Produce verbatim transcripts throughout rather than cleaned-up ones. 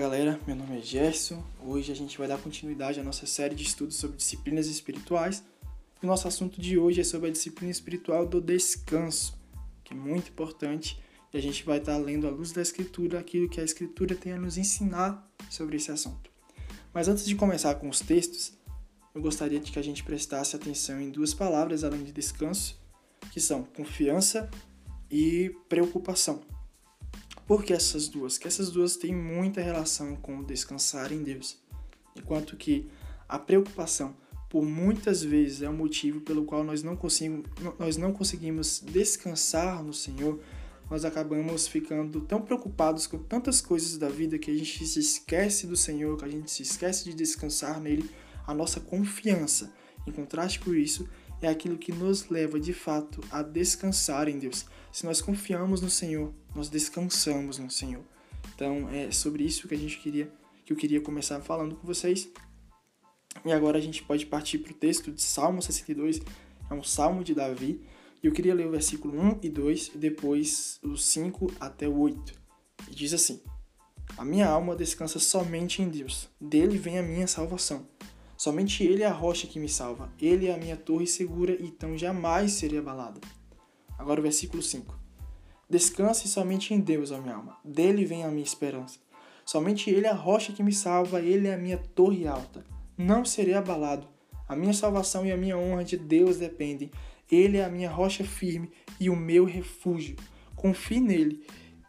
galera, meu nome é Gerson. Hoje a gente vai dar continuidade à nossa série de estudos sobre disciplinas espirituais. O nosso assunto de hoje é sobre a disciplina espiritual do descanso, que é muito importante, e a gente vai estar lendo à luz da Escritura aquilo que a Escritura tem a nos ensinar sobre esse assunto. Mas antes de começar com os textos, eu gostaria de que a gente prestasse atenção em duas palavras além de descanso, que são confiança e preocupação. Por que essas duas? Porque essas duas têm muita relação com descansar em Deus. Enquanto que a preocupação, por muitas vezes, é o motivo pelo qual nós não conseguimos, nós não conseguimos descansar no Senhor, nós acabamos ficando tão preocupados com tantas coisas da vida que a gente se esquece do Senhor, que a gente se esquece de descansar nele. A nossa confiança, em contraste com isso, é aquilo que nos leva, de fato, a descansar em Deus. Se nós confiamos no Senhor, nós descansamos no Senhor. Então, é sobre isso que a gente queria, que eu queria começar falando com vocês. E agora a gente pode partir para o texto de Salmo sessenta e dois, é um salmo de Davi. E eu queria ler o versículo um e dois, e depois os cinco até o oito. E diz assim: A minha alma descansa somente em Deus, dele vem a minha salvação. Somente Ele é a rocha que me salva, Ele é a minha torre segura, então jamais serei abalado. Agora o versículo cinco. Descanse somente em Deus, ó minha alma, dele vem a minha esperança. Somente Ele é a rocha que me salva, Ele é a minha torre alta. Não serei abalado. A minha salvação e a minha honra de Deus dependem. Ele é a minha rocha firme e o meu refúgio. Confie nele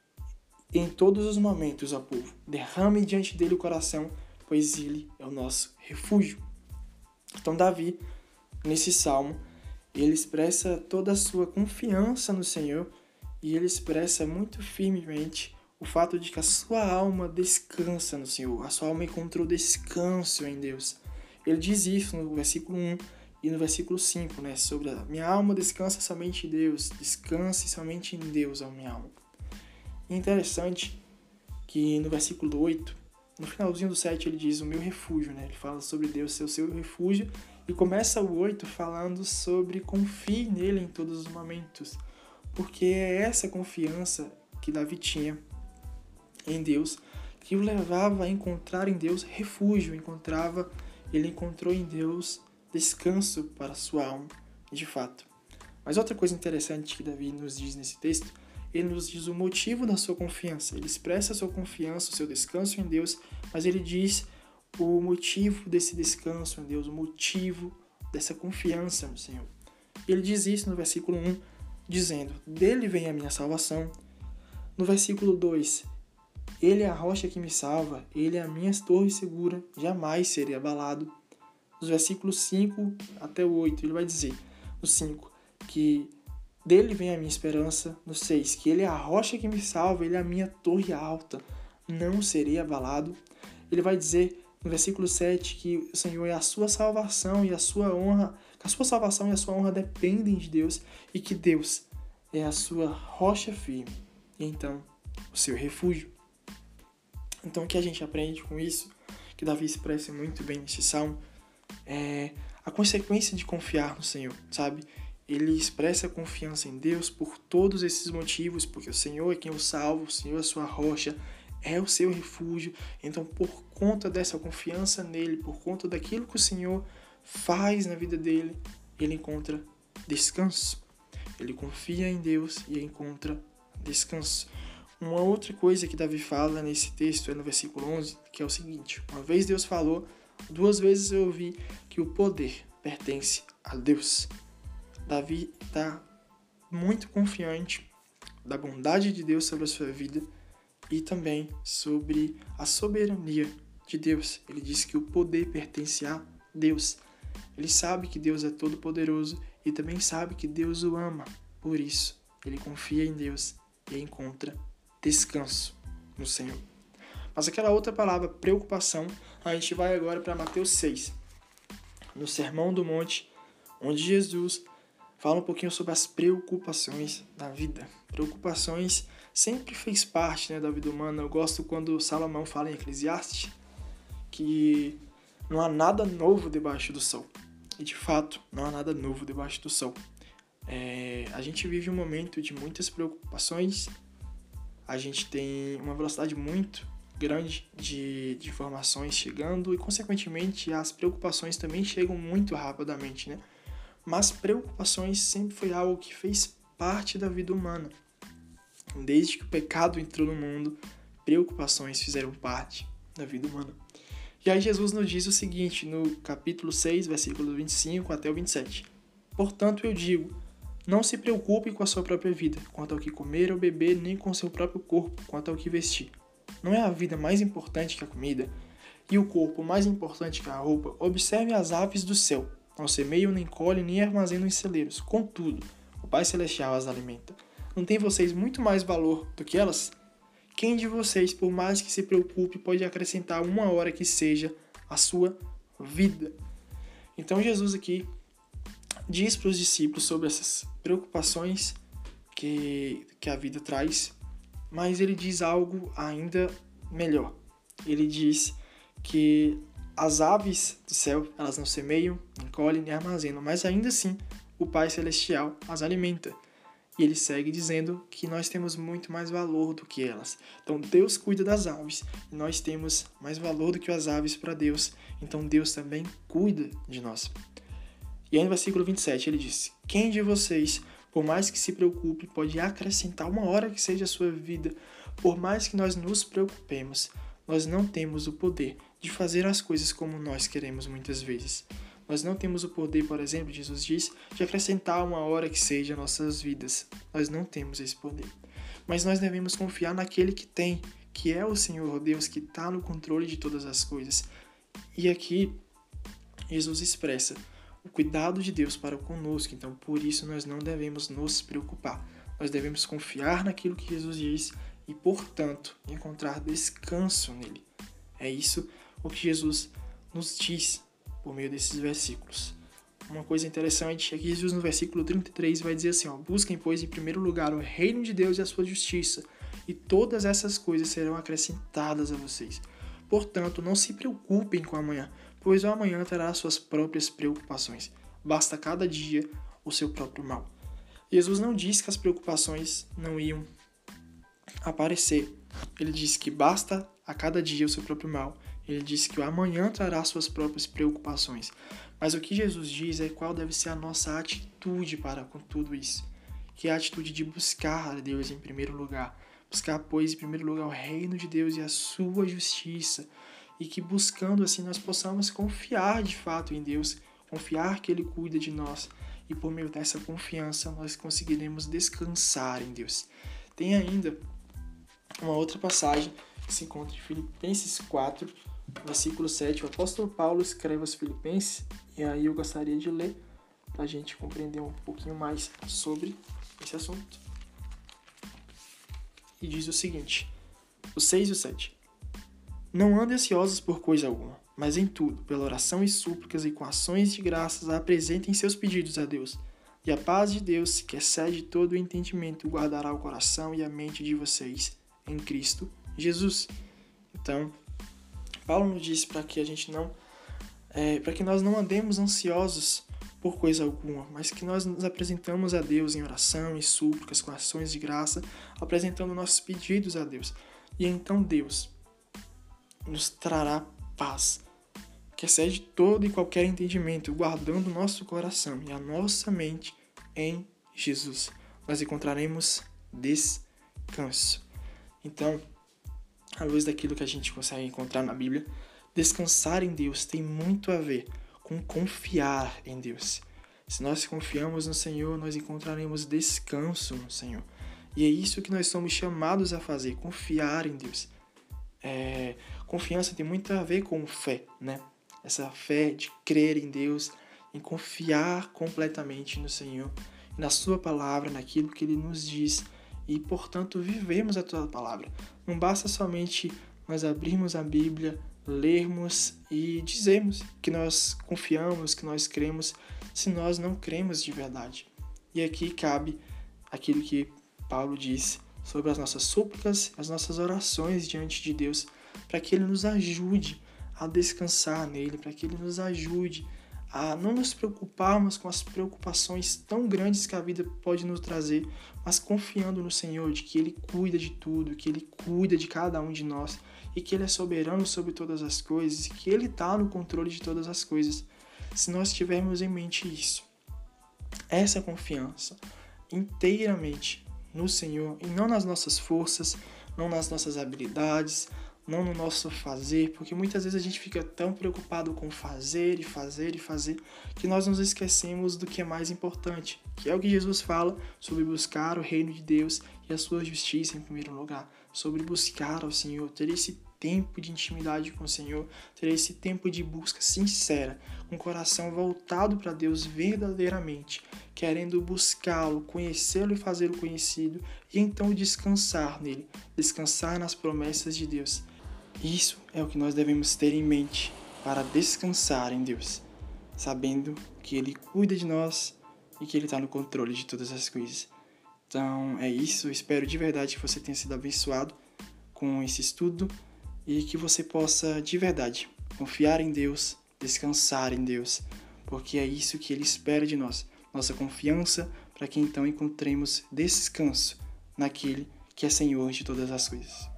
em todos os momentos, ó povo. Derrame diante dele o coração, pois ele é o nosso refúgio. Então Davi, nesse salmo, ele expressa toda a sua confiança no Senhor e ele expressa muito firmemente o fato de que a sua alma descansa no Senhor, a sua alma encontrou descanso em Deus. Ele diz isso no versículo um e no versículo cinco, né, sobre a minha alma descansa somente em Deus, descanse somente em Deus, a minha alma. E é interessante que no versículo oito, no finalzinho do sete ele diz o meu refúgio, né? Ele fala sobre Deus ser o seu refúgio e começa o oito falando sobre confie nele em todos os momentos, porque é essa confiança que Davi tinha em Deus que o levava a encontrar em Deus refúgio, encontrava, ele encontrou em Deus descanso para a sua alma, de fato. Mas outra coisa interessante que Davi nos diz nesse texto, ele nos diz o motivo da sua confiança. Ele expressa a sua confiança, o seu descanso em Deus, mas ele diz o motivo desse descanso em Deus, o motivo dessa confiança no Senhor. Ele diz isso no versículo um, dizendo, dele vem a minha salvação. No versículo dois, ele é a rocha que me salva, ele é a minha torre segura, jamais serei abalado. Nos versículos cinco até o oito, ele vai dizer, no cinco, que dele vem a minha esperança. No seis, que ele é a rocha que me salva, ele é a minha torre alta, não serei abalado. Ele vai dizer no versículo sete que o Senhor é a sua salvação e a sua honra, que a sua salvação e a sua honra dependem de Deus e que Deus é a sua rocha firme e então o seu refúgio. Então o que a gente aprende com isso, que Davi expressa muito bem nesse salmo, é a consequência de confiar no Senhor, sabe? Ele expressa confiança em Deus por todos esses motivos, porque o Senhor é quem o salva, o Senhor é a sua rocha, é o seu refúgio. Então, por conta dessa confiança nele, por conta daquilo que o Senhor faz na vida dele, ele encontra descanso. Ele confia em Deus e encontra descanso. Uma outra coisa que Davi fala nesse texto é no versículo onze, que é o seguinte: uma vez Deus falou, duas vezes eu ouvi que o poder pertence a Deus. Davi está muito confiante da bondade de Deus sobre a sua vida e também sobre a soberania de Deus. Ele diz que o poder pertence a Deus. Ele sabe que Deus é todo-poderoso e também sabe que Deus o ama. Por isso, ele confia em Deus e encontra descanso no Senhor. Mas aquela outra palavra, preocupação, a gente vai agora para Mateus seis, no Sermão do Monte, onde Jesus fala um pouquinho sobre as preocupações da vida. Preocupações sempre fez parte, né, da vida humana. Eu gosto quando Salomão fala em Eclesiastes que não há nada novo debaixo do sol. E de fato, não há nada novo debaixo do sol. É, a gente vive um momento de muitas preocupações. A gente tem uma velocidade muito grande de, de informações chegando e, consequentemente, as preocupações também chegam muito rapidamente, né? Mas preocupações sempre foi algo que fez parte da vida humana. Desde que o pecado entrou no mundo, preocupações fizeram parte da vida humana. E aí Jesus nos diz o seguinte, no capítulo seis, versículos vinte e cinco até o vinte e sete. Portanto, eu digo, não se preocupe com a sua própria vida, quanto ao que comer ou beber, nem com o seu próprio corpo, quanto ao que vestir. Não é a vida mais importante que a comida, e o corpo mais importante que a roupa? Observe as aves do céu. Não semeiam, nem colhem, nem armazenam em celeiros. Contudo, o Pai Celestial as alimenta. Não tem vocês muito mais valor do que elas? Quem de vocês, por mais que se preocupe, pode acrescentar uma hora que seja a sua vida? Então Jesus aqui diz para os discípulos sobre essas preocupações que, que a vida traz, mas ele diz algo ainda melhor. Ele diz que as aves do céu, elas não semeiam, nem colhem, nem armazenam, mas ainda assim o Pai Celestial as alimenta. E ele segue dizendo que nós temos muito mais valor do que elas. Então Deus cuida das aves e nós temos mais valor do que as aves para Deus. Então Deus também cuida de nós. E aí no versículo vinte e sete ele diz, quem de vocês, por mais que se preocupe, pode acrescentar uma hora que seja a sua vida? Por mais que nós nos preocupemos, nós não temos o poder de fazer as coisas como nós queremos muitas vezes. Nós não temos o poder, por exemplo, Jesus diz, de acrescentar uma hora que seja nossas vidas. Nós não temos esse poder. Mas nós devemos confiar naquele que tem, que é o Senhor Deus, que está no controle de todas as coisas. E aqui, Jesus expressa o cuidado de Deus para conosco. Então, por isso, nós não devemos nos preocupar. Nós devemos confiar naquilo que Jesus diz e, portanto, encontrar descanso nele. É isso o que Jesus nos diz por meio desses versículos. Uma coisa interessante é que Jesus no versículo trinta e três vai dizer assim, ó, busquem, pois, em primeiro lugar o reino de Deus e a sua justiça, e todas essas coisas serão acrescentadas a vocês. Portanto, não se preocupem com o amanhã, pois o amanhã terá suas próprias preocupações. Basta cada dia o seu próprio mal. Jesus não disse que as preocupações não iam aparecer. Ele disse que basta a cada dia o seu próprio mal. Ele disse que o amanhã trará suas próprias preocupações. Mas o que Jesus diz é qual deve ser a nossa atitude para com tudo isso. Que é a atitude de buscar a Deus em primeiro lugar. Buscar, pois, em primeiro lugar o reino de Deus e a sua justiça. E que buscando assim nós possamos confiar de fato em Deus. Confiar que Ele cuida de nós. E por meio dessa confiança nós conseguiremos descansar em Deus. Tem ainda uma outra passagem que se encontra em Filipenses quatro, versículo sete. O apóstolo Paulo escreve aos Filipenses, e aí eu gostaria de ler para a gente compreender um pouquinho mais sobre esse assunto. E diz o seguinte, o seis e o sete. Não andem ansiosos por coisa alguma, mas em tudo, pela oração e súplicas e com ações de graças, apresentem seus pedidos a Deus. E a paz de Deus, que excede todo o entendimento, guardará o coração e a mente de vocês em Cristo Jesus. Então, Paulo nos diz para que a gente não, é, para que nós não andemos ansiosos por coisa alguma, mas que nós nos apresentamos a Deus em oração e súplicas, com ações de graça, apresentando nossos pedidos a Deus. E então Deus nos trará paz, que excede todo e qualquer entendimento, guardando o nosso coração e a nossa mente em Jesus. Nós encontraremos descanso. Então, à luz daquilo que a gente consegue encontrar na Bíblia, descansar em Deus tem muito a ver com confiar em Deus. Se nós confiamos no Senhor, nós encontraremos descanso no Senhor. E é isso que nós somos chamados a fazer, confiar em Deus. É, confiança tem muito a ver com fé, né? Essa fé de crer em Deus, em confiar completamente no Senhor, na sua palavra, naquilo que Ele nos diz e, portanto, vivemos a tua palavra. Não basta somente nós abrirmos a Bíblia, lermos e dizermos que nós confiamos, que nós cremos, se nós não cremos de verdade. E aqui cabe aquilo que Paulo diz sobre as nossas súplicas, as nossas orações diante de Deus, para que Ele nos ajude a descansar nele, para que Ele nos ajude a não nos preocuparmos com as preocupações tão grandes que a vida pode nos trazer, mas confiando no Senhor, de que Ele cuida de tudo, que Ele cuida de cada um de nós, e que Ele é soberano sobre todas as coisas e que Ele está no controle de todas as coisas. Se nós tivermos em mente isso, essa confiança inteiramente no Senhor e não nas nossas forças, não nas nossas habilidades, não no nosso fazer, porque muitas vezes a gente fica tão preocupado com fazer e fazer e fazer que nós nos esquecemos do que é mais importante, que é o que Jesus fala sobre buscar o reino de Deus e a sua justiça em primeiro lugar, sobre buscar ao Senhor, ter esse tempo de intimidade com o Senhor, ter esse tempo de busca sincera, com o coração voltado para Deus verdadeiramente, querendo buscá-lo, conhecê-lo e fazê-lo conhecido, e então descansar nele, descansar nas promessas de Deus. Isso é o que nós devemos ter em mente para descansar em Deus, sabendo que Ele cuida de nós e que Ele está no controle de todas as coisas. Então é isso, eu espero de verdade que você tenha sido abençoado com esse estudo e que você possa de verdade confiar em Deus, descansar em Deus, porque é isso que Ele espera de nós, nossa confiança, para que então encontremos descanso naquele que é Senhor de todas as coisas.